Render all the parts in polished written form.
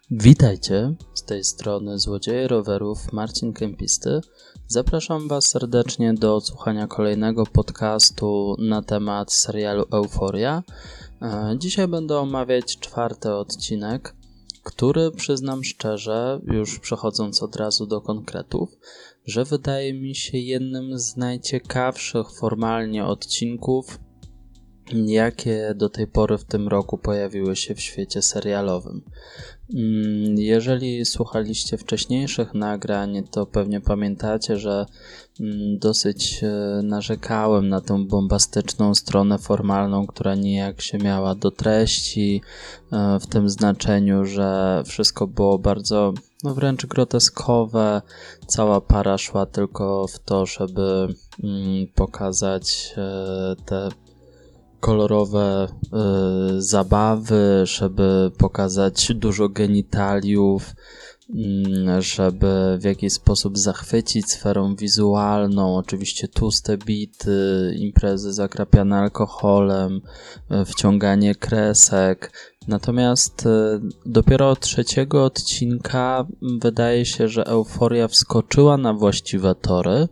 Witajcie, z tej strony Złodzieje Rowerów, Marcin Kępisty. Zapraszam Was serdecznie do odsłuchania kolejnego podcastu na temat serialu Euforia. Dzisiaj będę omawiać 4. odcinek, który przyznam szczerze, już przechodząc od razu do konkretów, że wydaje mi się jednym z najciekawszych formalnie odcinków, jakie do tej pory w tym roku pojawiły się w świecie serialowym. Jeżeli słuchaliście wcześniejszych nagrań, to pewnie pamiętacie, że dosyć narzekałem na tę bombastyczną stronę formalną, która nijak się miała do treści, w tym znaczeniu, że wszystko było bardzo wręcz groteskowe. Cała para szła tylko w to, żeby pokazać te kolorowe zabawy, żeby pokazać dużo genitaliów, żeby w jakiś sposób zachwycić sferą wizualną, oczywiście tłuste bity, imprezy zakrapiane alkoholem, wciąganie kresek. Natomiast dopiero od 3. odcinka wydaje się, że Euforia wskoczyła na właściwe tory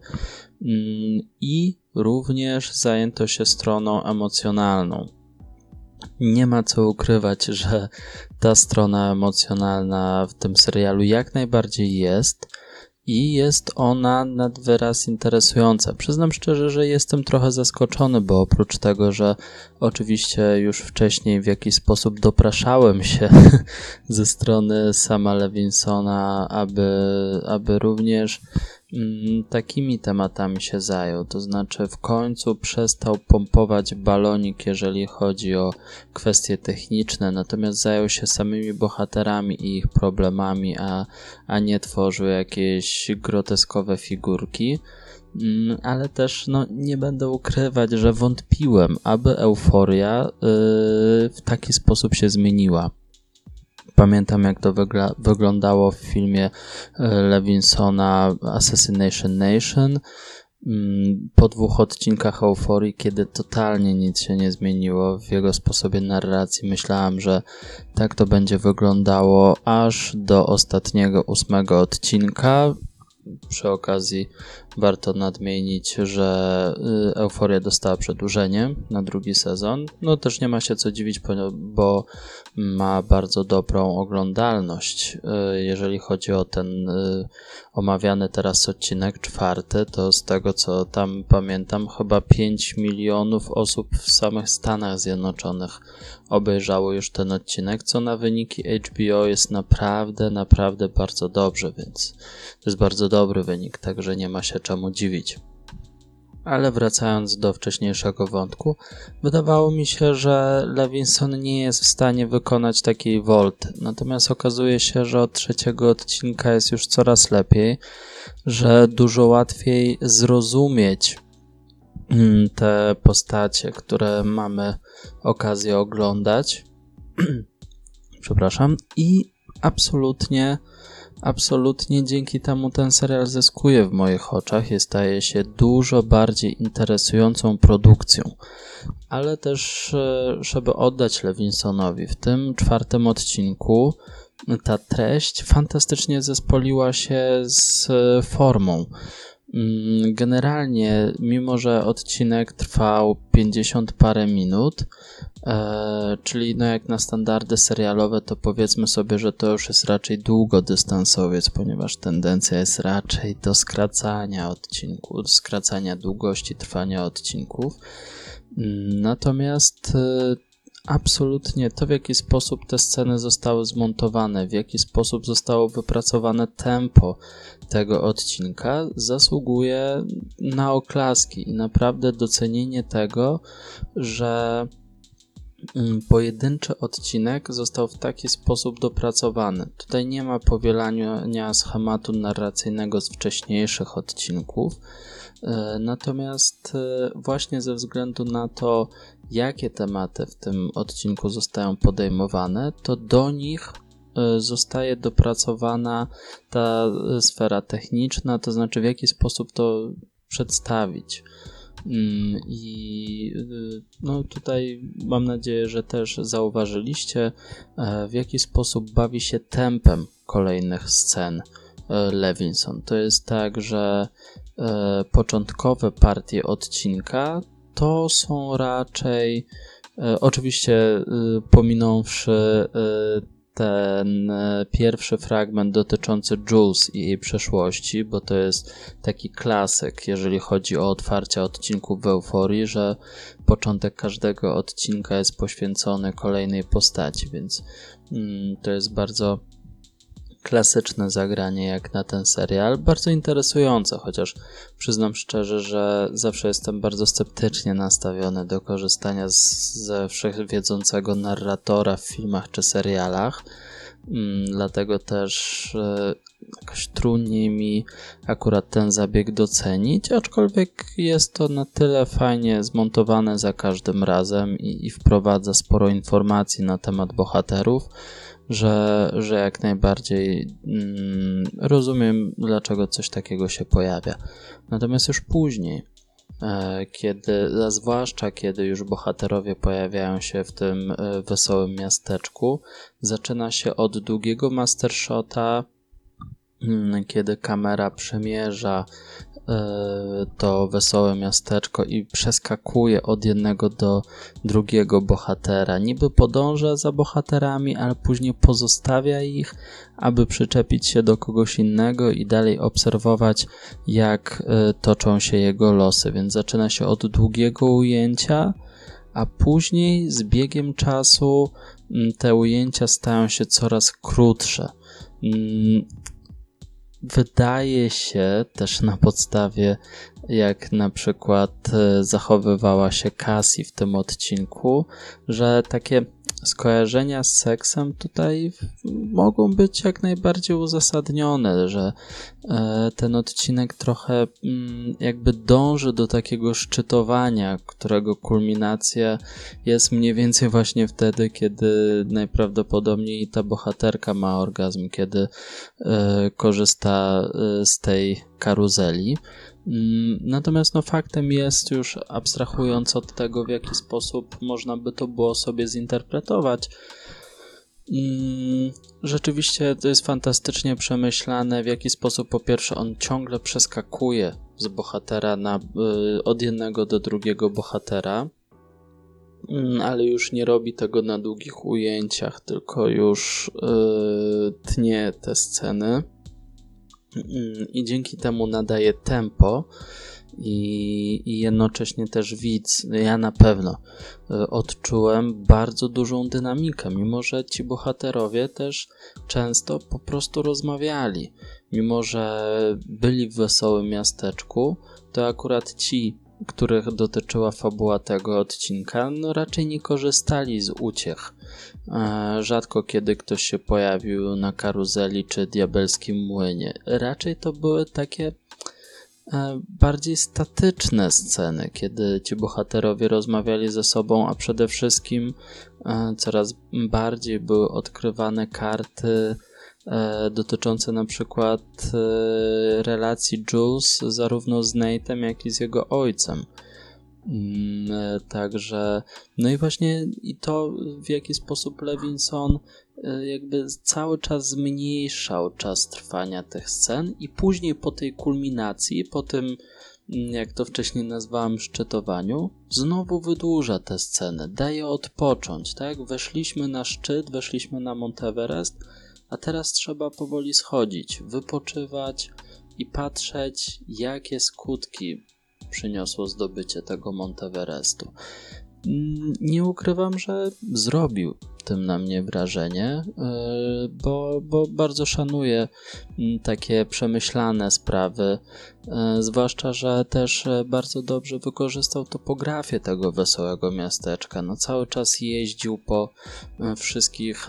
i również zajęto się stroną emocjonalną. Nie ma co ukrywać, że ta strona emocjonalna w tym serialu jak najbardziej jest i jest ona nad wyraz interesująca. Przyznam szczerze, że jestem trochę zaskoczony, bo oprócz tego, że oczywiście już wcześniej w jakiś sposób dopraszałem się ze strony Sama Levinsona, aby również takimi tematami się zajął, to znaczy w końcu przestał pompować balonik, jeżeli chodzi o kwestie techniczne, natomiast zajął się samymi bohaterami i ich problemami, a nie tworzył jakieś groteskowe figurki. Ale też nie będę ukrywać, że wątpiłem, aby Euforia w taki sposób się zmieniła. Pamiętam, jak to wyglądało w filmie Levinsona Assassination Nation. Po 2 odcinkach Euforii, kiedy totalnie nic się nie zmieniło w jego sposobie narracji, myślałem, że tak to będzie wyglądało aż do ostatniego 8. odcinka. Przy okazji warto nadmienić, że Euforia dostała przedłużenie na 2. sezon. Też nie ma się co dziwić, bo ma bardzo dobrą oglądalność. Jeżeli chodzi o ten omawiany teraz odcinek 4, to z tego co tam pamiętam, chyba 5 milionów osób w samych Stanach Zjednoczonych obejrzało już ten odcinek, co na wyniki HBO jest naprawdę bardzo dobrze, więc to jest bardzo dobry wynik, także nie ma się czemu dziwić. Ale wracając do wcześniejszego wątku, wydawało mi się, że Levinson nie jest w stanie wykonać takiej wolty. Natomiast okazuje się, że od 3. odcinka jest już coraz lepiej, że dużo łatwiej zrozumieć te postacie, które mamy okazję oglądać. Przepraszam. I absolutnie dzięki temu ten serial zyskuje w moich oczach i staje się dużo bardziej interesującą produkcją. Ale też, żeby oddać Levinsonowi, w tym 4. odcinku ta treść fantastycznie zespoliła się z formą. Generalnie, mimo że odcinek trwał 50 parę minut, czyli jak na standardy serialowe, to powiedzmy sobie, że to już jest raczej długodystansowiec, ponieważ tendencja jest raczej do skracania odcinków, skracania długości trwania odcinków. Natomiast absolutnie to, w jaki sposób te sceny zostały zmontowane, w jaki sposób zostało wypracowane tempo tego odcinka, zasługuje na oklaski i naprawdę docenienie tego, że pojedynczy odcinek został w taki sposób dopracowany. Tutaj nie ma powielania schematu narracyjnego z wcześniejszych odcinków, natomiast właśnie ze względu na to, jakie tematy w tym odcinku zostają podejmowane, to do nich zostaje dopracowana ta sfera techniczna, to znaczy w jaki sposób to przedstawić. I no tutaj mam nadzieję, że też zauważyliście, w jaki sposób bawi się tempem kolejnych scen Levinson. To jest tak, że początkowe partie odcinka to są raczej, oczywiście pominąwszy ten pierwszy fragment dotyczący Jules i jej przeszłości, bo to jest taki klasyk, jeżeli chodzi o otwarcie odcinków w Euforii, że początek każdego odcinka jest poświęcony kolejnej postaci, więc to jest bardzo klasyczne zagranie jak na ten serial, bardzo interesujące, chociaż przyznam szczerze, że zawsze jestem bardzo sceptycznie nastawiony do korzystania ze wszechwiedzącego narratora w filmach czy serialach, dlatego też jakoś trudniej mi akurat ten zabieg docenić, aczkolwiek jest to na tyle fajnie zmontowane za każdym razem i wprowadza sporo informacji na temat bohaterów, że jak najbardziej rozumiem, dlaczego coś takiego się pojawia. Natomiast już później, zwłaszcza kiedy już bohaterowie pojawiają się w tym wesołym miasteczku, zaczyna się od długiego mastershota, kiedy kamera przemierza to wesołe miasteczko i przeskakuje od jednego do drugiego bohatera. Niby podąża za bohaterami, ale później pozostawia ich, aby przyczepić się do kogoś innego i dalej obserwować, jak toczą się jego losy. Więc zaczyna się od długiego ujęcia, a później z biegiem czasu te ujęcia stają się coraz krótsze. Wydaje się też na podstawie, jak na przykład zachowywała się Cassie w tym odcinku, że takie skojarzenia z seksem tutaj mogą być jak najbardziej uzasadnione, że ten odcinek trochę jakby dąży do takiego szczytowania, którego kulminacja jest mniej więcej właśnie wtedy, kiedy najprawdopodobniej ta bohaterka ma orgazm, kiedy korzysta z tej karuzeli. Natomiast faktem jest, już abstrahując od tego, w jaki sposób można by to było sobie zinterpretować, rzeczywiście to jest fantastycznie przemyślane, w jaki sposób po pierwsze on ciągle przeskakuje z bohatera od jednego do drugiego bohatera, ale już nie robi tego na długich ujęciach, tylko już tnie te sceny. I dzięki temu nadaje tempo i jednocześnie też widz, ja na pewno odczułem bardzo dużą dynamikę, mimo że ci bohaterowie też często po prostu rozmawiali. Mimo że byli w wesołym miasteczku, to akurat ci, których dotyczyła fabuła tego odcinka, raczej nie korzystali z uciech. Rzadko kiedy ktoś się pojawił na karuzeli czy diabelskim młynie. Raczej to były takie bardziej statyczne sceny, kiedy ci bohaterowie rozmawiali ze sobą, a przede wszystkim coraz bardziej były odkrywane karty dotyczące na przykład relacji Jules zarówno z Nate'em, jak i z jego ojcem. Także i właśnie i to, w jaki sposób Levinson jakby cały czas zmniejszał czas trwania tych scen i później po tej kulminacji, po tym, jak to wcześniej nazwałem, szczytowaniu, znowu wydłuża te sceny, daje odpocząć, tak? Weszliśmy na szczyt, weszliśmy na Mount Everest, a teraz trzeba powoli schodzić, wypoczywać i patrzeć, jakie skutki przyniosło zdobycie tego Mount Everestu. Nie ukrywam, że zrobił tym na mnie wrażenie, bo bardzo szanuję takie przemyślane sprawy, zwłaszcza, że też bardzo dobrze wykorzystał topografię tego wesołego miasteczka. Cały czas jeździł po wszystkich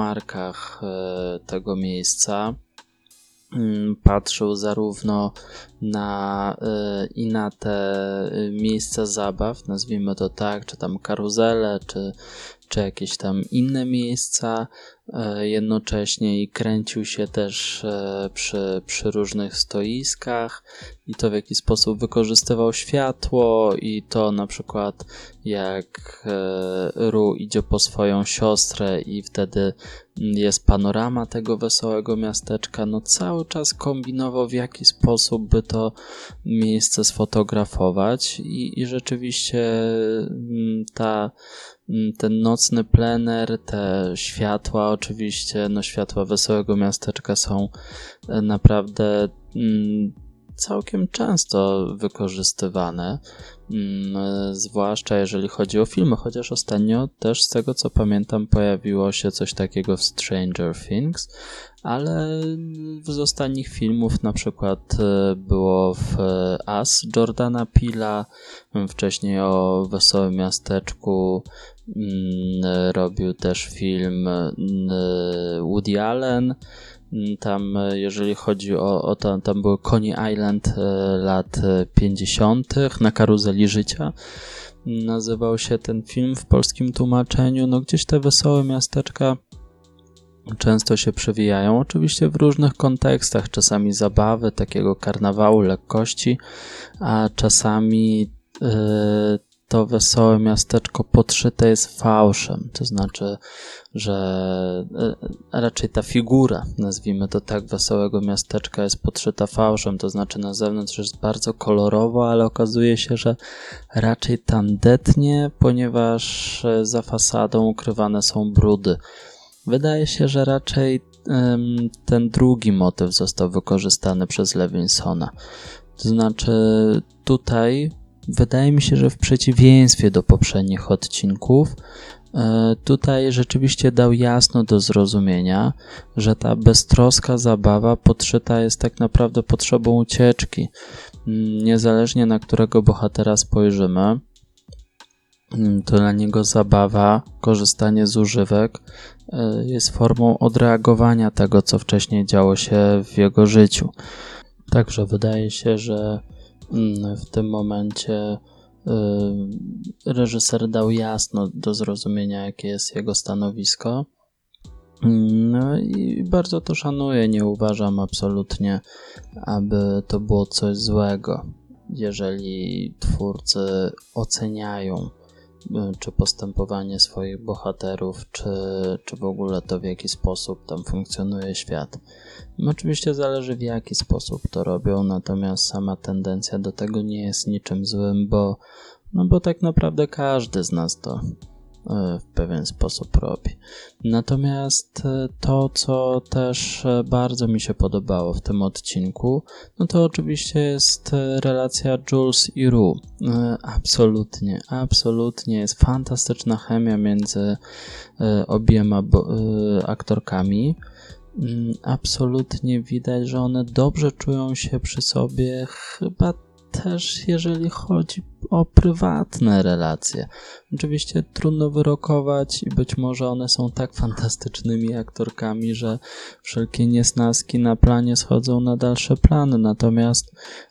zakamarkach tego miejsca. Patrzył zarówno i na te miejsca zabaw, nazwijmy to tak, czy tam karuzele, czy jakieś tam inne miejsca jednocześnie i kręcił się też przy różnych stoiskach i to w jaki sposób wykorzystywał światło i to na przykład jak Ru idzie po swoją siostrę i wtedy jest panorama tego wesołego miasteczka, no cały czas kombinował w jaki sposób by to miejsce sfotografować i rzeczywiście ten nocny plener, te światła oczywiście, no światła wesołego miasteczka są naprawdę całkiem często wykorzystywane, zwłaszcza jeżeli chodzi o filmy, chociaż ostatnio też z tego co pamiętam pojawiło się coś takiego w Stranger Things, ale z ostatnich filmów na przykład było w Us Jordana Peela, wcześniej o Wesołym Miasteczku robił też film Woody Allen. Tam jeżeli chodzi o tam był Coney Island lat 50. na karuzeli życia nazywał się ten film w polskim tłumaczeniu. No gdzieś te wesołe miasteczka często się przewijają, oczywiście w różnych kontekstach, czasami zabawy, takiego karnawału, lekkości, a czasami to wesołe miasteczko podszyte jest fałszem, to znaczy, że raczej ta figura, nazwijmy to tak, wesołego miasteczka jest podszyta fałszem, to znaczy na zewnątrz jest bardzo kolorowo, ale okazuje się, że raczej tandetnie, ponieważ za fasadą ukrywane są brudy. Wydaje się, że raczej ten drugi motyw został wykorzystany przez Lewinsona. To znaczy tutaj wydaje mi się, że w przeciwieństwie do poprzednich odcinków tutaj rzeczywiście dał jasno do zrozumienia, że ta beztroska zabawa podszyta jest tak naprawdę potrzebą ucieczki. Niezależnie na którego bohatera spojrzymy, to dla niego zabawa, korzystanie z używek jest formą odreagowania tego, co wcześniej działo się w jego życiu. Także wydaje się, że w tym momencie reżyser dał jasno do zrozumienia, jakie jest jego stanowisko. No i bardzo to szanuję, nie uważam absolutnie, aby to było coś złego, jeżeli twórcy oceniają czy postępowanie swoich bohaterów, czy w ogóle to w jaki sposób tam funkcjonuje świat. Oczywiście zależy w jaki sposób to robią, natomiast sama tendencja do tego nie jest niczym złym, bo tak naprawdę każdy z nas to w pewien sposób robi. Natomiast to, co też bardzo mi się podobało w tym odcinku, no to oczywiście jest relacja Jules i Ru. Absolutnie jest fantastyczna chemia między obiema aktorkami. Absolutnie widać, że one dobrze czują się przy sobie, chyba też jeżeli chodzi o prywatne relacje. Oczywiście trudno wyrokować i być może one są tak fantastycznymi aktorkami, że wszelkie niesnaski na planie schodzą na dalsze plany, natomiast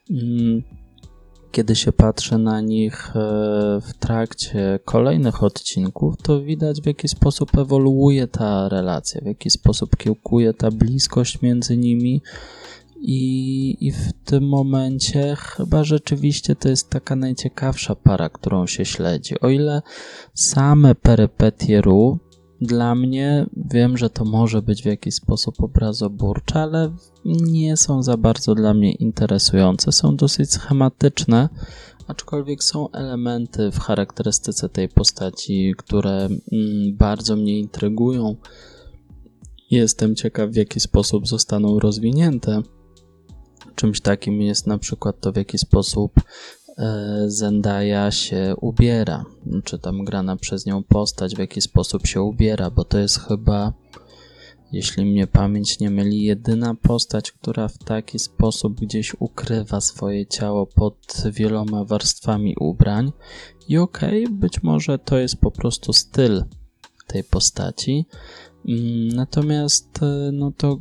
kiedy się patrzy na nich w trakcie kolejnych odcinków, to widać w jaki sposób ewoluuje ta relacja, w jaki sposób kiełkuje ta bliskość między nimi i w tym momencie chyba rzeczywiście to jest taka najciekawsza para, którą się śledzi. O ile same perypetie Ru dla mnie, wiem, że to może być w jakiś sposób obrazoburcze, ale nie są za bardzo dla mnie interesujące. Są dosyć schematyczne, aczkolwiek są elementy w charakterystyce tej postaci, które bardzo mnie intrygują. Jestem ciekaw, w jaki sposób zostaną rozwinięte. Czymś takim jest na przykład to, w jaki sposób Zendaya się ubiera, czy tam grana przez nią postać, w jaki sposób się ubiera, bo to jest chyba, jeśli mnie pamięć nie myli, jedyna postać, która w taki sposób gdzieś ukrywa swoje ciało pod wieloma warstwami ubrań. I być może to jest po prostu styl tej postaci, natomiast no to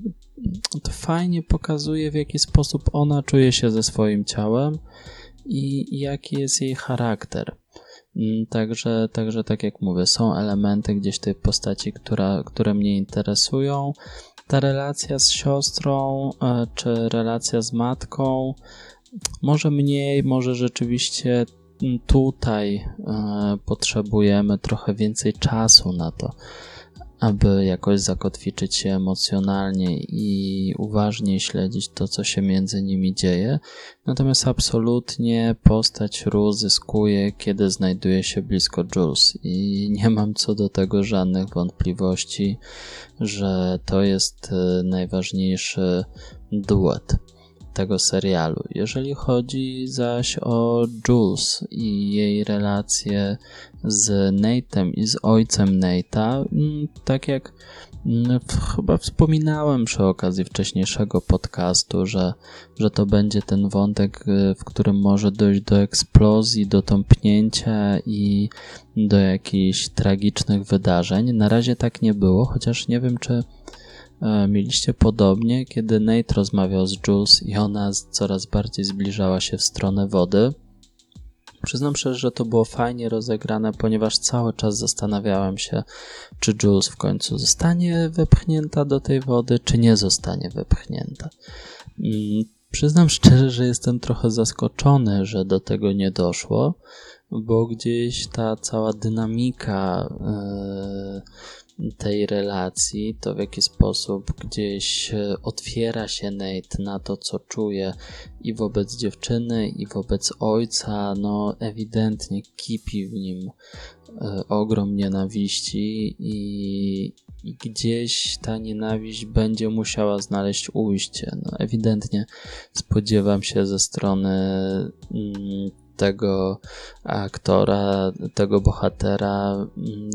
to fajnie pokazuje, w jaki sposób ona czuje się ze swoim ciałem i jaki jest jej charakter. Także tak jak mówię, są elementy gdzieś tej postaci, które mnie interesują. Ta relacja z siostrą, czy relacja z matką, może mniej, może rzeczywiście tutaj potrzebujemy trochę więcej czasu na to, aby jakoś zakotwiczyć się emocjonalnie i uważnie śledzić to, co się między nimi dzieje. Natomiast absolutnie postać Ru zyskuje, kiedy znajduje się blisko Jules i nie mam co do tego żadnych wątpliwości, że to jest najważniejszy duet tego serialu. Jeżeli chodzi zaś o Jules i jej relacje z Nate'em i z ojcem Nate'a, tak jak chyba wspominałem przy okazji wcześniejszego podcastu, że to będzie ten wątek, w którym może dojść do eksplozji, do tąpnięcia i do jakichś tragicznych wydarzeń. Na razie tak nie było, chociaż nie wiem, czy mieliście podobnie, kiedy Nate rozmawiał z Jules i ona coraz bardziej zbliżała się w stronę wody. Przyznam szczerze, że to było fajnie rozegrane, ponieważ cały czas zastanawiałem się, czy Jules w końcu zostanie wepchnięta do tej wody, czy nie zostanie wepchnięta. Przyznam szczerze, że jestem trochę zaskoczony, że do tego nie doszło, bo gdzieś ta cała dynamika tej relacji, to w jaki sposób gdzieś otwiera się Nate na to, co czuje i wobec dziewczyny, i wobec ojca, no ewidentnie kipi w nim ogrom nienawiści i gdzieś ta nienawiść będzie musiała znaleźć ujście. No ewidentnie spodziewam się ze strony tego aktora, tego bohatera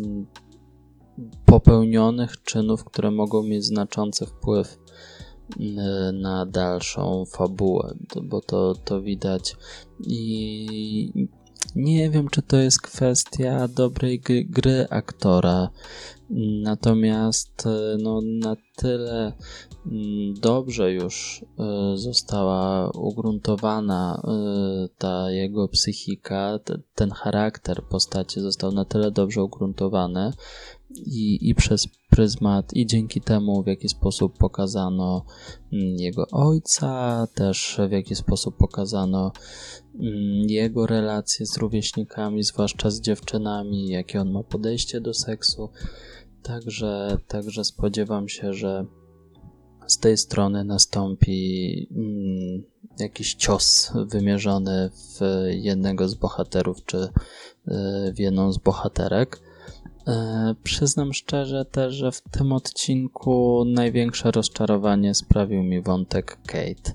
popełnionych czynów, które mogą mieć znaczący wpływ na dalszą fabułę, bo to widać i nie wiem, czy to jest kwestia dobrej gry aktora, natomiast no, na tyle dobrze już została ugruntowana ta jego psychika, ten charakter postaci został na tyle dobrze ugruntowany i przez pryzmat i dzięki temu, w jaki sposób pokazano jego ojca, też w jaki sposób pokazano jego relacje z rówieśnikami, zwłaszcza z dziewczynami, jakie on ma podejście do seksu. Także spodziewam się, że z tej strony nastąpi jakiś cios wymierzony w jednego z bohaterów, czy w jedną z bohaterek. Przyznam szczerze też, że w tym odcinku największe rozczarowanie sprawił mi wątek Kate.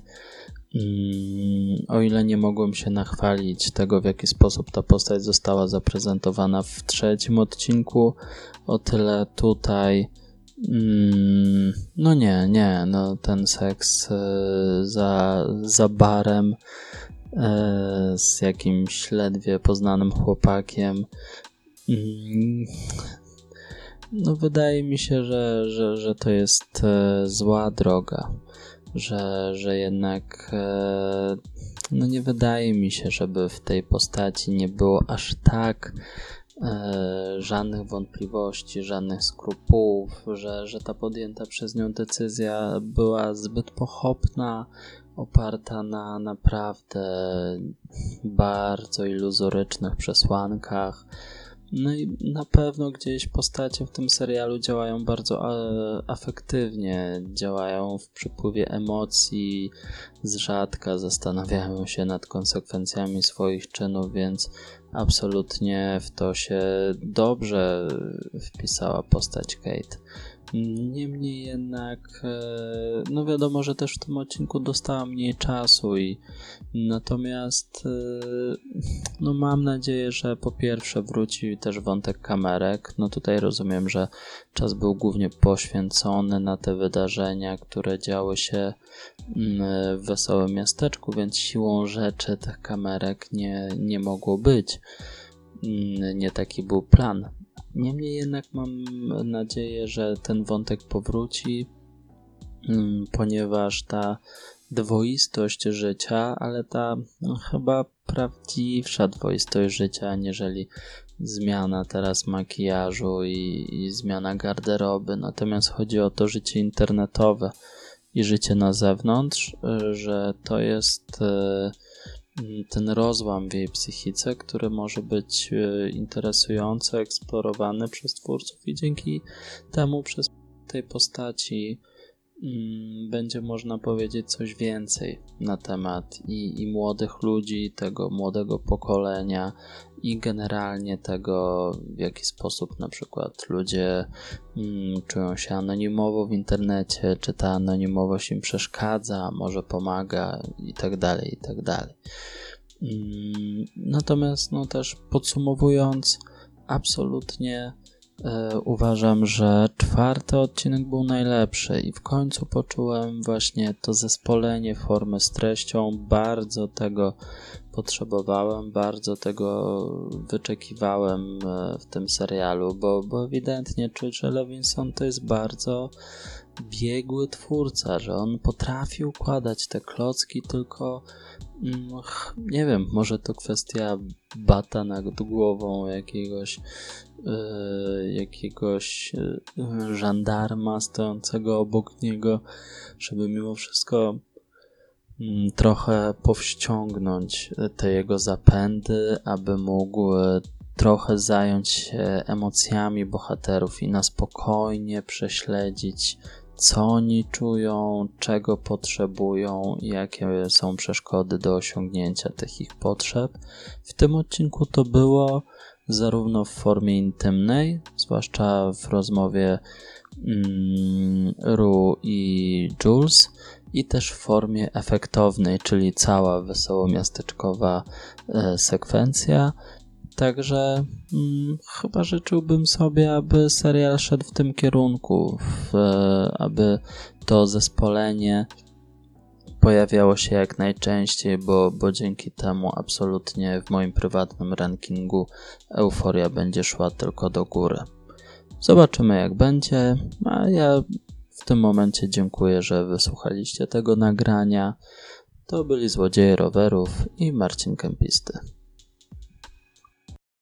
O ile nie mogłem się nachwalić tego, w jaki sposób ta postać została zaprezentowana w trzecim odcinku, o tyle tutaj no nie, ten seks za barem z jakimś ledwie poznanym chłopakiem, no wydaje mi się, że to jest zła droga, że jednak no nie wydaje mi się, żeby w tej postaci nie było aż tak żadnych wątpliwości, żadnych skrupułów, że ta podjęta przez nią decyzja była zbyt pochopna, oparta na naprawdę bardzo iluzorycznych przesłankach. No i na pewno gdzieś postacie w tym serialu działają bardzo afektywnie, działają w przypływie emocji, z rzadka zastanawiają się nad konsekwencjami swoich czynów, więc absolutnie w to się dobrze wpisała postać Kate. Niemniej jednak, no wiadomo, że też w tym odcinku dostała mniej czasu natomiast no mam nadzieję, że po pierwsze wróci też wątek kamerek. No tutaj rozumiem, że czas był głównie poświęcony na te wydarzenia, które działy się w Wesołym Miasteczku, więc siłą rzeczy tych kamerek nie mogło być. Nie taki był plan. Niemniej jednak mam nadzieję, że ten wątek powróci ponieważ ta dwoistość życia, ale ta chyba prawdziwsza dwoistość życia, aniżeli zmiana teraz makijażu i zmiana garderoby. Natomiast chodzi o to życie internetowe i życie na zewnątrz, że to jest ten rozłam w jej psychice, który może być interesujący, eksplorowany przez twórców i dzięki temu przez tej postaci będzie można powiedzieć coś więcej na temat i młodych ludzi, tego młodego pokolenia i generalnie tego, w jaki sposób na przykład ludzie czują się anonimowo w internecie, czy ta anonimowość im przeszkadza, może pomaga i tak dalej, i tak dalej. Natomiast też podsumowując, absolutnie uważam, że 4. odcinek był najlepszy i w końcu poczułem właśnie to zespolenie formy z treścią. Bardzo tego potrzebowałem, bardzo tego wyczekiwałem w tym serialu, bo ewidentnie czuć, że Levinson to jest bardzo biegły twórca, że on potrafi układać te klocki, tylko nie wiem, może to kwestia bata nad głową jakiegoś żandarma stojącego obok niego, żeby mimo wszystko trochę powściągnąć te jego zapędy, aby mógł trochę zająć się emocjami bohaterów i na spokojnie prześledzić, co oni czują, czego potrzebują i jakie są przeszkody do osiągnięcia tych ich potrzeb. W tym odcinku to było zarówno w formie intymnej, zwłaszcza w rozmowie Rue i Jules, i też w formie efektownej, czyli cała wesoło-miasteczkowa sekwencja. Także chyba życzyłbym sobie, aby serial szedł w tym kierunku, aby to zespolenie pojawiało się jak najczęściej, bo dzięki temu absolutnie w moim prywatnym rankingu Euforia będzie szła tylko do góry. Zobaczymy jak będzie, a ja w tym momencie dziękuję, że wysłuchaliście tego nagrania. To byli Złodzieje Rowerów i Marcin Kępisty.